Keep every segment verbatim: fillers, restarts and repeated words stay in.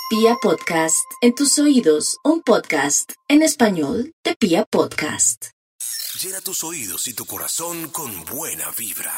Pia Podcast, en tus oídos, un podcast en español de Pia Podcast. Llena tus oídos y tu corazón con buena vibra.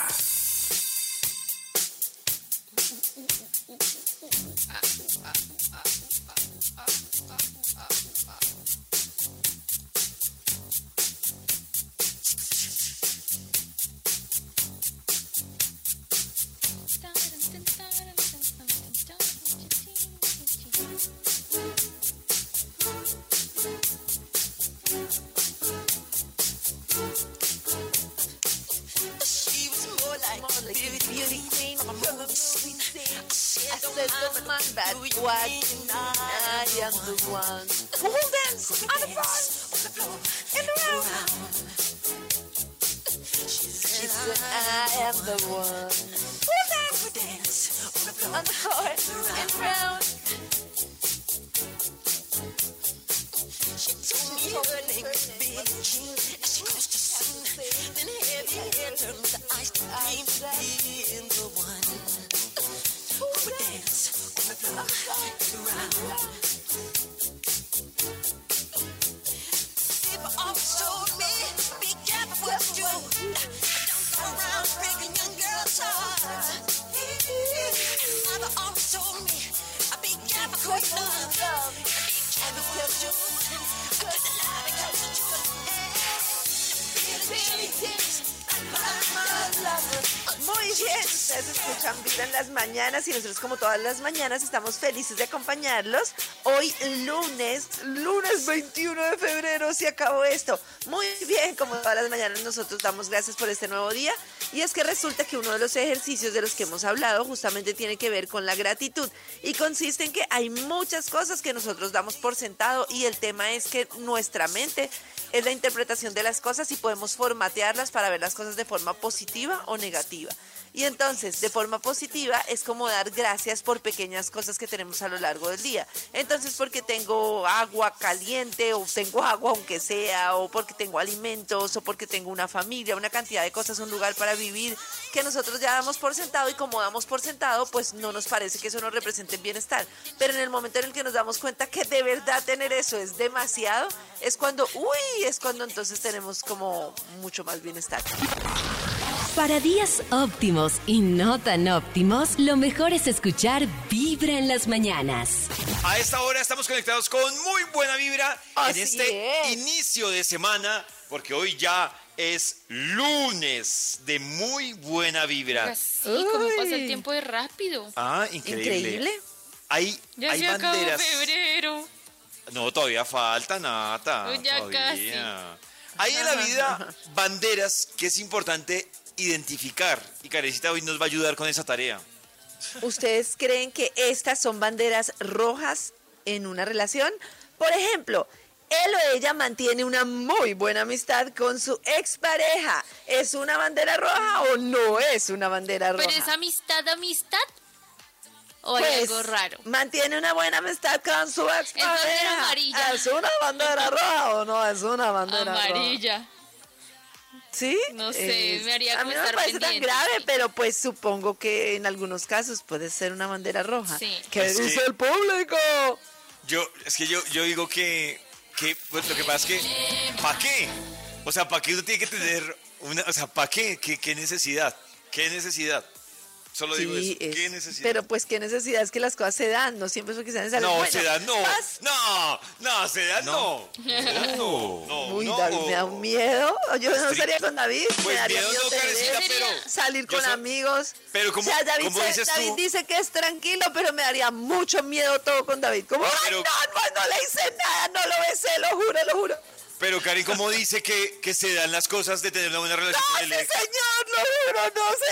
What? I am the one who will dance on the floor, in the room. She said, I am the one who will dance on the floor, and round. She told me her name was Billie Jean, and she goes to sun. Then heavy hair turned to ice cream, being the one who would dance. Around. People always told me, be careful what you do. Don't go around breaking young girls' hearts. Mother always told me, be careful what you love. Be careful what you do. I got the lie because of you. Muy bien, ustedes escuchan Vibra en las mañanas y nosotros como todas las mañanas estamos felices de acompañarlos. Hoy lunes, lunes veintiuno de febrero se acabó esto. Muy bien, como todas las mañanas nosotros damos gracias por este nuevo día. Y es que resulta que uno de los ejercicios de los que hemos hablado justamente tiene que ver con la gratitud. Y consiste en que hay muchas cosas que nosotros damos por sentado y el tema es que nuestra mente es la interpretación de las cosas y podemos formatearlas para ver las cosas de forma positiva o negativa. Y entonces, de forma positiva es como dar gracias por pequeñas cosas que tenemos a lo largo del día. Entonces, porque tengo agua caliente o tengo agua aunque sea, o porque tengo alimentos, o porque tengo una familia, una cantidad de cosas, un lugar para vivir, que nosotros ya damos por sentado y como damos por sentado, pues no nos parece que eso nos represente el bienestar. Pero en el momento en el que nos damos cuenta que de verdad tener eso es demasiado, es cuando, uy, es cuando entonces tenemos como mucho más bienestar. Para días óptimos y no tan óptimos, lo mejor es escuchar Vibra en las mañanas. A esta hora estamos conectados con muy buena vibra Así en este es. inicio de semana, porque hoy ya es lunes de muy buena vibra. Sí, como pasa el tiempo de rápido. Ah, increíble. Increíble. Hay, Ya hay se acabó banderas. febrero. No, todavía falta, Nata. Pues ya todavía. Hay en la vida banderas que es importante identificar. Y Carecita hoy nos va a ayudar con esa tarea. ¿Ustedes creen que estas son banderas rojas en una relación? Por ejemplo, él o ella mantiene una muy buena amistad con su expareja. ¿Es una bandera roja o no es una bandera roja? ¿Pero es amistad, amistad? ¿O hay Pues, algo raro? mantiene una buena amistad con su expareja. bandera amarilla. ¿Es una bandera roja o no es una bandera roja? Amarilla. ¿Sí? No sé, me haría A mí como no me estar parece tan pendiente, grave, sí. pero pues supongo que en algunos casos puede ser una bandera roja. Sí. ¿Qué Es dice que- el público? Yo, es que yo, yo digo que, que pues, lo que pasa es que, ¿para qué? O sea, ¿para qué uno tiene que tener una, o sea, ¿para qué? ¿Qué, qué necesidad? ¿Qué necesidad? Solo digo Sí, eso. ¿Qué es- necesidad? pero pues qué necesidad es que las cosas se dan, no siempre es porque sean necesarias. No, Bueno, se dan, no. pas- No, no, se dan, no. No, no, Uy, no. David, me da un miedo. Yo no Estricto. estaría con David. me Pues daría miedo miedo no, tener- Karencita, pero... salir yo con so- amigos. Pero como, o sea, David, como se- dices David tú... dice que es tranquilo, pero me daría mucho miedo todo con David. Como, ay, Pero- no, no, no le hice nada, no lo besé, lo juro, lo juro. Pero, Cari, ¿cómo dice que, que se dan las cosas de tener una buena relación No, con el ese ex? señor, lo juro, no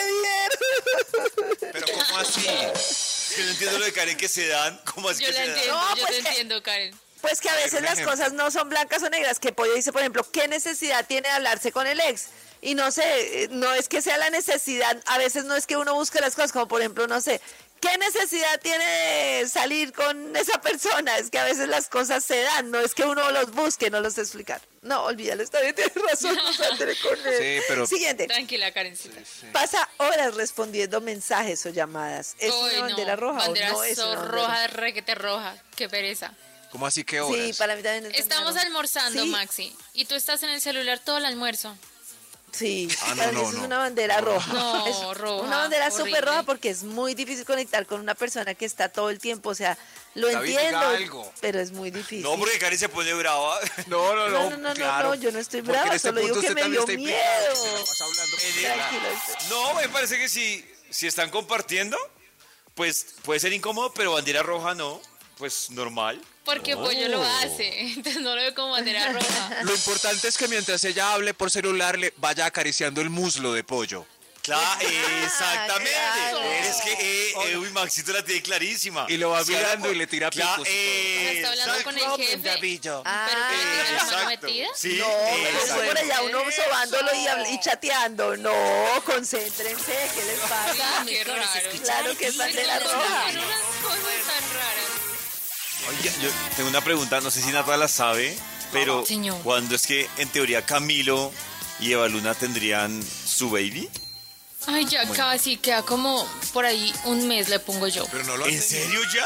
se dieron. Pero, ¿cómo así? Es que no entiendo lo de Karen que se dan. ¿Cómo así Yo que la se dan? entiendo, No, yo pues te que- entiendo, Karen. Pues que a veces un las ejemplo. cosas no son blancas o negras. Que Pollo dice, por ejemplo, ¿qué necesidad tiene de hablarse con el ex? Y no sé, eh, no es que sea la necesidad, a veces no es que uno busque las cosas, como por ejemplo, no sé, ¿Qué necesidad tiene de salir con esa persona? Es que a veces las cosas se dan, no es que uno los busque, no los sé explicar. No, olvídalo, está bien, tienes razón, no saldré con él. Sí, pero- Siguiente. Tranquila, Karencita. Pasa horas respondiendo mensajes o llamadas. ¿Es Uy, una bandera no. roja Bandera o no es una so- bandera roja, requete roja. Qué pereza. ¿Cómo así que horas? Sí, para mí también es Estamos bandera roja. almorzando, Sí, Maxi, y tú estás en el celular todo el almuerzo. Sí, Ah, no, para mí no, eso no. es una bandera roja. No, Es roja, Una bandera horrible. súper roja porque es muy difícil conectar con una persona que está todo el tiempo. O sea, lo David, entiendo, diga algo. pero es muy difícil. No, porque Karen se pone brava. No, no, No, no, no, claro. no, yo no estoy Porque en brava, este solo digo punto que usted me también dio está implicado, miedo. se la pasa hablando por En el- celular. Tranquilo, usted. No, me parece que si, si están compartiendo, pues puede ser incómodo, pero bandera roja no. Pues normal. Porque Pollo lo hace, entonces no lo veo como bandera roja. Lo importante es que mientras ella hable por celular le vaya acariciando el muslo de Pollo. Claro, exactamente. claro. Es que, eh, eh, uy, Maxito la tiene clarísima. Y lo va Si mirando habla- y le tira Cla- picos y eh, Está hablando con el exacto. jefe. Ah, Pero que le tiene la mano Exacto. metida. Sí, No, eh, pero es exacto. por allá uno sobándolo y, habl- y chateando. No, concéntrense, ¿qué les pasa? Qué raro. Claro que es bandera Pero roja. hacen unas cosas tan raras. Oye, yo tengo una pregunta, no sé si Natalia la sabe, pero Señor. ¿cuándo es que en teoría Camilo y Eva Luna tendrían su baby? Ay, ya casi, queda como por ahí un mes le pongo yo. Pero no lo han ¿En tenido. serio ya?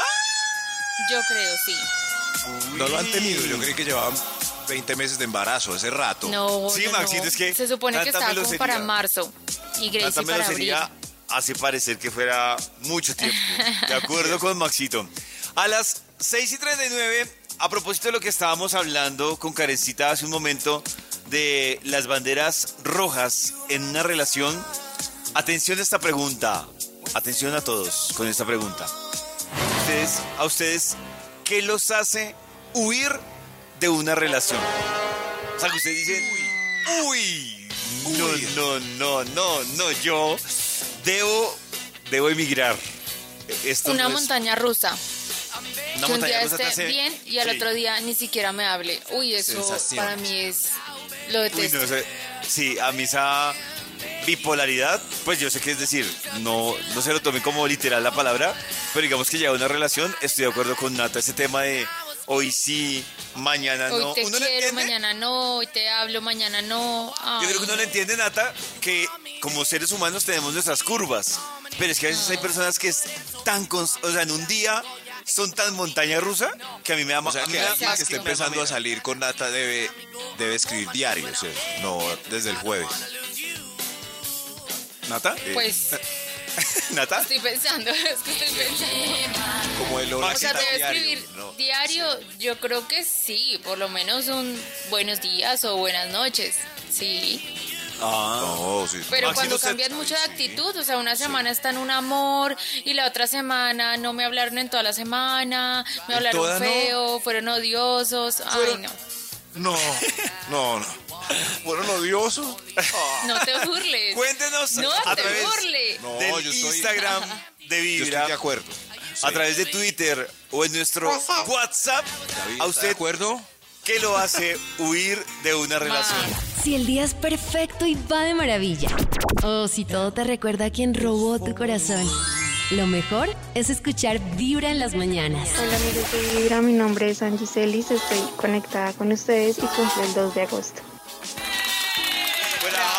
Yo creo, sí. No lo han tenido. Yo creí que llevaban veinte meses de embarazo, hace rato. No, Sí, no, Maxito, no. es que Se supone que tanta está como melosería. para marzo y Gracie Tanta para abril. melosería hace parecer que fuera mucho tiempo. De acuerdo con Maxito. A las seis y treinta y nueve, a propósito de lo que estábamos hablando con Karencita hace un momento, de las banderas rojas en una relación, atención a esta pregunta. Atención a todos con esta pregunta. Ustedes, a ustedes, ¿qué los hace huir de una relación? O sea, que ustedes dicen, uy, no, no, no, no, no, yo debo, debo emigrar. Esto Una no es- montaña rusa. una Que un día rusa te esté hace- bien y al Sí. otro día ni siquiera me hable. Uy, eso Sensaciones. para mí es... Lo Uy, detesto. no sé. Sí, a mí esa bipolaridad, pues yo sé que es decir, no, no se lo tome como literal la palabra, pero digamos que ya una relación, estoy de acuerdo con Nata, ese tema de hoy sí, mañana Hoy no. te ¿Uno lo quiero, entiende? mañana no. Hoy te hablo, mañana no. Ay, Yo creo que uno no. lo entiende, Nata, que como seres humanos tenemos nuestras curvas, pero es que a veces hay personas que es tan, cons- o sea, en un día son tan montaña rusa que a mí me da O ma- sea, a mí que me da alguien más que esté me da empezando a mamera. salir con Nata debe, debe escribir diario, o sea, no desde el jueves. ¿Nata? Pues ¿Nata? estoy pensando, es que estoy pensando. Como el O hola, sea, ¿qué tal debe diario? escribir No. diario. Yo creo que sí, por lo menos un buenos días o buenas noches. Sí. Ah. No, sí. Pero Maxi, cuando usted- cambian mucho de actitud, o sea, una semana está en un amor y la otra semana no me hablaron en toda la semana, me hablaron toda no? feo, fueron odiosos. Ay, Fueron- no. No, no, no. Fueron odiosos. No te burles. Cuéntenos No a te través burles. No, del yo estoy- Instagram de Yo Vibra, estoy de acuerdo. a través de Twitter o en nuestro WhatsApp, David, a ¿está usted de acuerdo? qué lo hace huir de una relación. Si el día es perfecto y va de maravilla. O si todo te recuerda a quien robó tu corazón. Lo mejor es escuchar Vibra en las mañanas. Hola amigos de Vibra, mi nombre es Angie Celis, estoy conectada con ustedes y cumplo el dos de agosto. ¡Bravo!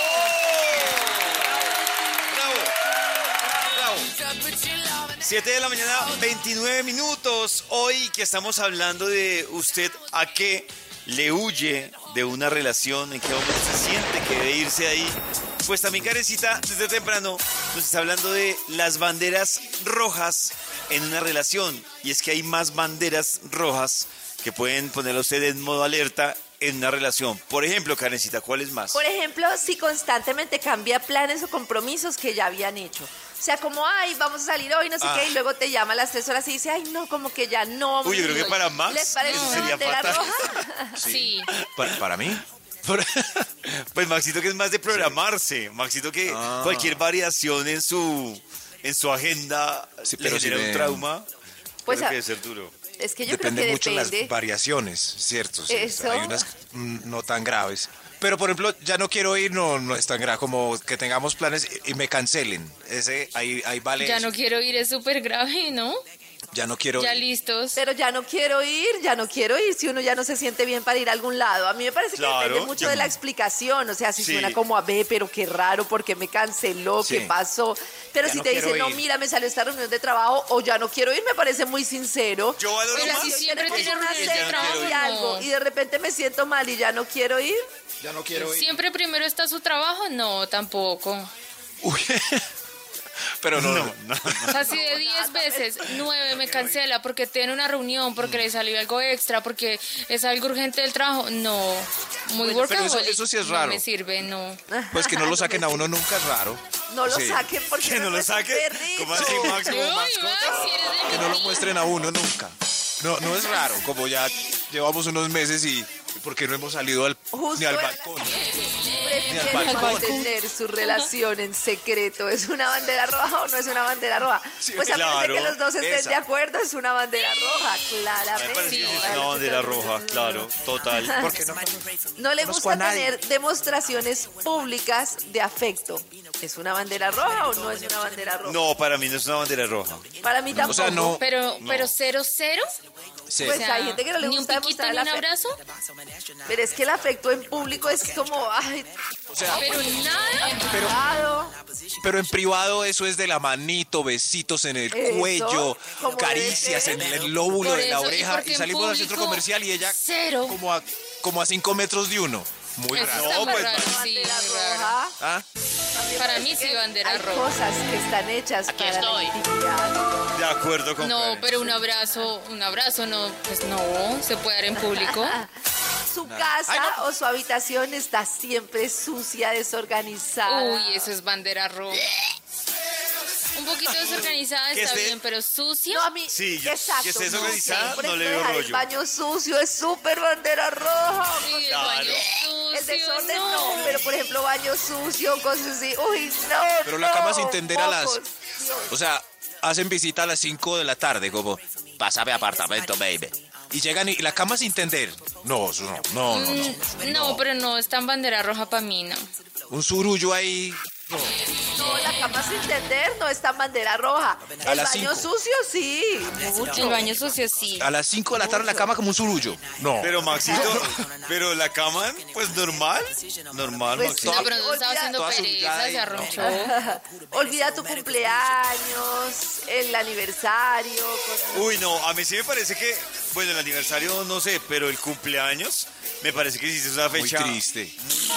¡Bravo! ¡Bravo! siete de la mañana, veintinueve minutos. Hoy que estamos hablando de usted a qué le huye de una relación, en qué momento se siente que debe irse ahí. Pues también Karencita, desde temprano, nos está hablando de las banderas rojas en una relación. Y es que hay más banderas rojas que pueden ponerlo a usted en modo alerta en una relación. Por ejemplo, Karencita, ¿cuáles más? Por ejemplo, si constantemente cambia planes o compromisos que ya habían hecho. O sea, como, ay, vamos a salir hoy, no sé Ah. qué, y luego te llama a las tres horas y dice, ay, no, como que ya no. vamos Uy, yo a creo que ir hoy. para Max ¿Les parece eso una sería bandera fatal. roja? Sí. ¿Para, para mí? Pues Maxito que es más de programarse, Maxito que Ah. cualquier variación en su en su agenda Sí, le pero si genera me- un trauma. Pues, Creo a- que debe ser duro. Es que yo Depende creo que mucho depende. las variaciones, ¿cierto? Sí, Eso. hay unas mm, no tan graves, Pero, por ejemplo, ya no quiero ir, no, no es tan grave como que tengamos planes y me cancelen. Ese, ahí, ahí vale Ya eso. no quiero ir, es súper grave, ¿no? Ya no quiero Ya ir. listos. Pero ya no quiero ir, ya no quiero ir si uno ya no se siente bien para ir a algún lado. A mí me parece que Claro, depende mucho yo- de la explicación. O sea, si Sí. suena como a ve, pero qué raro, porque me canceló, Sí. qué pasó. Pero Ya si no te quiero dicen, no, ir. mira, me salió esta reunión de trabajo o ya no quiero ir, me parece muy sincero. Yo valoro Pero más. si siempre Tenemos tiene una reuniones de cena trabajo, y no. algo y de repente me siento mal y ya no quiero ir. Ya no quiero ir. ¿Siempre primero está su trabajo? No, tampoco. Uy. Pero no, No, no. no. O sea, si de diez veces, nueve me cancela porque tiene una reunión, porque le salió algo extra, porque es algo urgente del trabajo, no. Muy Bueno, pero eso- workaholic. eso sí es No raro. me sirve, no. Pues que no lo saquen a uno nunca es raro. No lo Sí. saquen porque Que no lo es un saque. perrito. ¿Cómo así, Max? Como Uy, mascota. Max, si eres de Que mi no lo team. muestren a uno nunca. No, no es raro, como ya llevamos unos meses y porque no hemos salido al, Justo ni al era- balcón. Prefieren balcón. mantener su relación en secreto. ¿Es una bandera roja o no es una bandera roja? Sí, Pues a menos de claro, que los dos estén esa. de acuerdo, es una bandera roja, Me claramente. parece que sí es Claro, una bandera totalmente. roja, claro, total. Porque no, No le conozco gusta a nadie. tener demostraciones públicas de afecto. ¿Es una bandera roja o no es una bandera roja? No, para mí no es una bandera roja. Para mí tampoco. o sea, no. Pero, pero cero, cero. Sí. Pues O sea, hay gente que no le ni un gusta piquito demostrar ni el un afecto. abrazo. Pero es que el afecto en público es como, ay, O sea, Pero nada. claro. pero en privado eso es de la manito, besitos en el Eso, cuello, como caricias debe en ser. el lóbulo Por de la eso, y oreja porque y en salimos al centro público, comercial y ella cero. como a, como a cinco metros de uno. Muy Eso raro. está No, muy pues, raro, sí, Bandera muy raro. roja. ¿Ah? Para mí sí, bandera Hay roja. cosas que están hechas para la intimidad. De acuerdo con No, Karen. pero un abrazo, un abrazo no, pues no, se puede dar en público. Su casa o su habitación está siempre sucia, desorganizada. Uy, eso es bandera roja. Un poquito desorganizada Que está esté- bien, pero sucia. No, a mí, Sí, yo- exacto. que esté no, desorganizada, siempre no le veo dejar el rollo. baño sucio es súper bandera roja. Sí, el Claro. baño El sucio, desorden no. no, pero por ejemplo baño sucio, cosas así. Uy, no, Pero la cama no, sin tender a las... mocos. O sea, hacen visita a las cinco de la tarde, como, pásame a apartamento, baby. Y llegan y la cama sin tender. No, eso no, no, no, no. Mm, No, pero no es tan bandera roja para mí, no. Un surullo ahí. No, la cama sin tender no está en bandera roja. A El las baño cinco. sucio sí, mucho. El baño sucio sí. A las cinco de la tarde la cama como un surullo. No. Pero Maxito, pero la cama, pues normal. Normal, Pues, Maxito. No, pero no estaba Olvida- haciendo toda pereza, sudada y- se arronchó. Olvida tu cumpleaños, el aniversario. cosas- Uy, no, a mí sí me parece que, bueno, el aniversario no sé, pero el cumpleaños, me parece que sí es una Muy fecha. triste.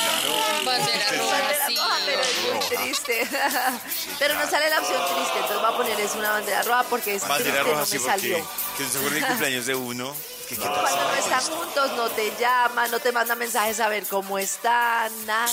Bandera roja, Bandera sí. roja, pero es muy triste. Pero no sale la opción triste, entonces va a poner es una bandera roja porque es Bandera triste, roja, no sí, me porque salió. que no se acuerde el cumpleaños de uno. Que, ¿qué Cuando pasa? no están juntos, no te llaman, no te mandan mensajes a ver cómo están, nada,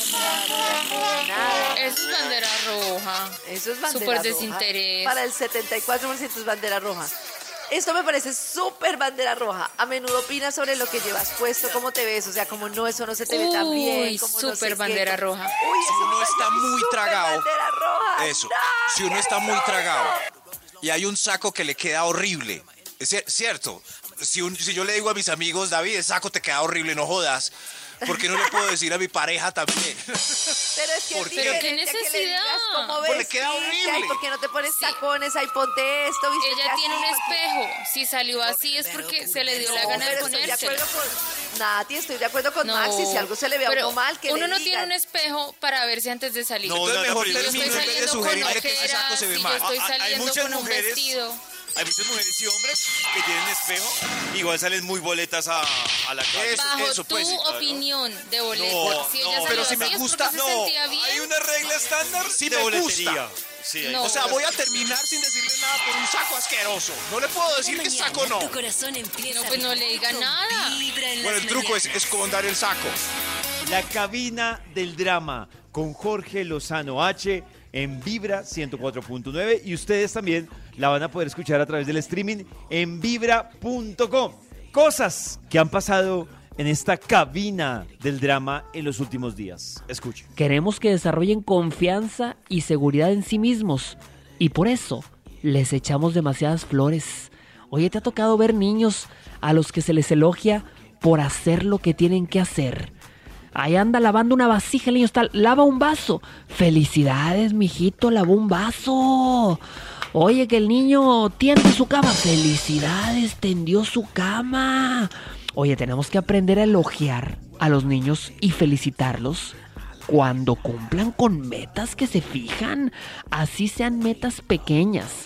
nada, nada. Eso es bandera roja. Eso es bandera Súper roja. desinterés. Para el setenta y cuatro por ciento es bandera roja. Esto me parece súper bandera roja. A menudo opinas sobre lo que llevas puesto, cómo te ves, o sea, como no, eso no se te ve tan bien. Uy, como no sé súper qué. bandera roja. Uy, eso uno me está parece muy súper tragado. bandera roja. Eso. No, Si uno ¿qué está es muy eso? tragado y hay un saco que le queda horrible. Es cier- cierto. Si, un- si yo le digo a mis amigos, David, el saco te queda horrible, no jodas. ¿Por qué no le puedo decir a mi pareja también? Pero es que ¿Por es qué? Pero qué diferente a que le necesidad. digas cómo Pues le queda vestirte, horrible. ay, ¿por qué no te pones tacones? Ay, ponte esto, ¿viste? Ella tiene un espejo. Si salió así es porque se le dio la gana de Pero estoy de ponérselo. acuerdo con Nati, estoy de acuerdo con No, Maxi. Si algo se le ve a pero uno mal, que uno le no digan. tiene un espejo para verse antes de salir. No, Entonces Nata, mejor pero yo termino Estoy en vez de saliendo con sugerirle que ese saco ojeras se ve y yo mal. estoy Ah, hay saliendo muchas con un mujeres- vestido. Hay muchas mujeres y hombres que tienen espejo, igual salen muy boletas a, a la calle. Eso, Bajo eso, tu pues, sí, claro. opinión de boleta. No, si ella no, salió pero si así me es gusta- porque No, se sentía bien. hay una regla estándar Sí de me boletería. gusta. Sí, hay No. O sea, voy a terminar sin decirle nada por un saco asqueroso. No le puedo decir que saco no. Tu corazón empieza No, pues no le diga nada. Vibra en Bueno, las el truco es mañanas. esconder el saco. La cabina del drama con Jorge Lozano H en Vibra ciento cuatro punto nueve y ustedes también la van a poder escuchar a través del streaming en vibra punto com. Cosas que han pasado en esta cabina del drama en los últimos días. Escuchen. Queremos que desarrollen confianza y seguridad en sí mismos. Y por eso les echamos demasiadas flores. Oye, ¿te ha tocado ver niños a los que se les elogia por hacer lo que tienen que hacer? Ahí anda lavando una vasija, el niño está, lava un vaso. Felicidades, mijito, lavó un vaso. Oye, que el niño tiende su cama. Felicidades, tendió su cama. Oye, tenemos que aprender a elogiar a los niños y felicitarlos cuando cumplan con metas que se fijan, así sean metas pequeñas.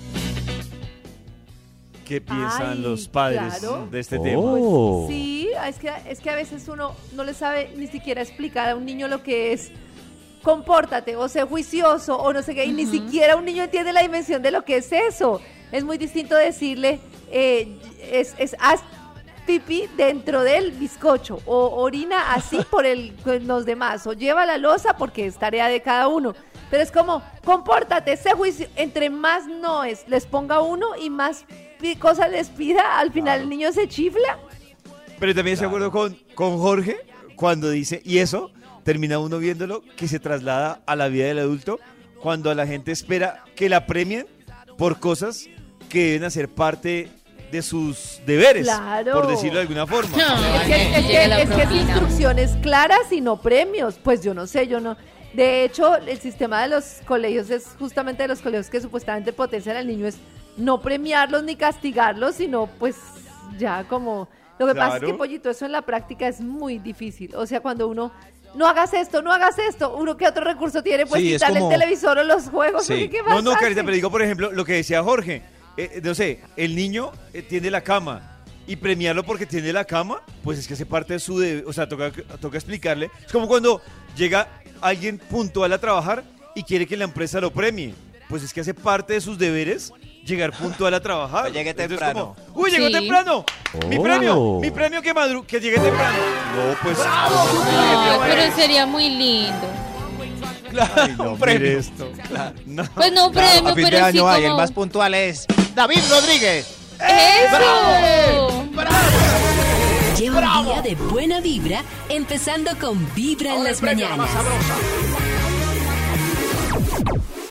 ¿Qué piensan Ay, los padres claro. de este Oh. tema? Pues sí, es que, es que a veces uno no le sabe ni siquiera explicar a un niño lo que es compórtate o sé juicioso o no sé qué, y ni siquiera un niño entiende la dimensión de lo que es eso. Es muy distinto decirle, eh, es, es haz pipí dentro del bizcocho o orina así por el, con los demás o lleva la loza porque es tarea de cada uno. Pero es como, compórtate, sé juicio. Entre más noes les ponga uno y más cosas les pida, al final el niño se chifla. Pero también estoy de acuerdo con, con Jorge cuando dice, y eso termina uno viéndolo, que se traslada a la vida del adulto cuando a la gente espera que la premien por cosas que deben hacer parte de sus deberes, Claro. por decirlo de alguna forma. Es que, es que- es que es instrucciones claras y no premios. Pues yo no sé, yo no. De hecho, el sistema de los colegios es justamente de los colegios que supuestamente potencian al niño, es no premiarlos ni castigarlos, sino pues ya como... Lo que pasa es que, Claro. Pollito, eso en la práctica es muy difícil. O sea, cuando uno, no hagas esto, no hagas esto, uno ¿qué otro recurso tiene? Pues Sí, es quitarle como- el televisor o los juegos. Sí. porque ¿qué más No, no, hace? Carita, pero digo, por ejemplo, lo que decía Jorge. Eh, no sé, el niño eh, tiene la cama y premiarlo porque tiene la cama, pues es que hace parte de su deber. O sea, toca, toca explicarle. Es como cuando llega alguien puntual a trabajar y quiere que la empresa lo premie. Pues es que hace parte de sus deberes llegar puntual a trabajar. Llegué Entonces, temprano. como, Uy, llegó Sí. temprano. Mi Oh. premio, mi premio que madru que llegue temprano. No, pues. Ay, pero sería muy lindo. Ay, no, un premio. mire esto. No. Pues no premio, a fin pero de sí año hay, el como... más puntual es David Rodríguez. ¡Eso! Lleva un día de buena vibra, empezando con Vibra en las mañanas.